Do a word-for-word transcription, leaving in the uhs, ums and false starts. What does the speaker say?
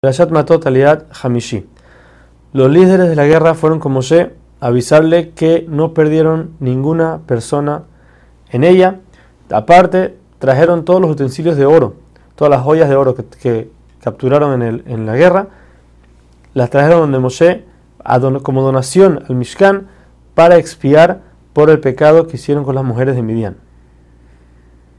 Perashat Matot Aliat Hamishi. Los líderes de la guerra fueron con Moshe a avisarle que no perdieron ninguna persona en ella. Aparte, trajeron todos los utensilios de oro, todas las joyas de oro que, que capturaron en, el, en la guerra, las trajeron de Moshe a don, como donación al Mishkan para expiar por el pecado que hicieron con las mujeres de Midian.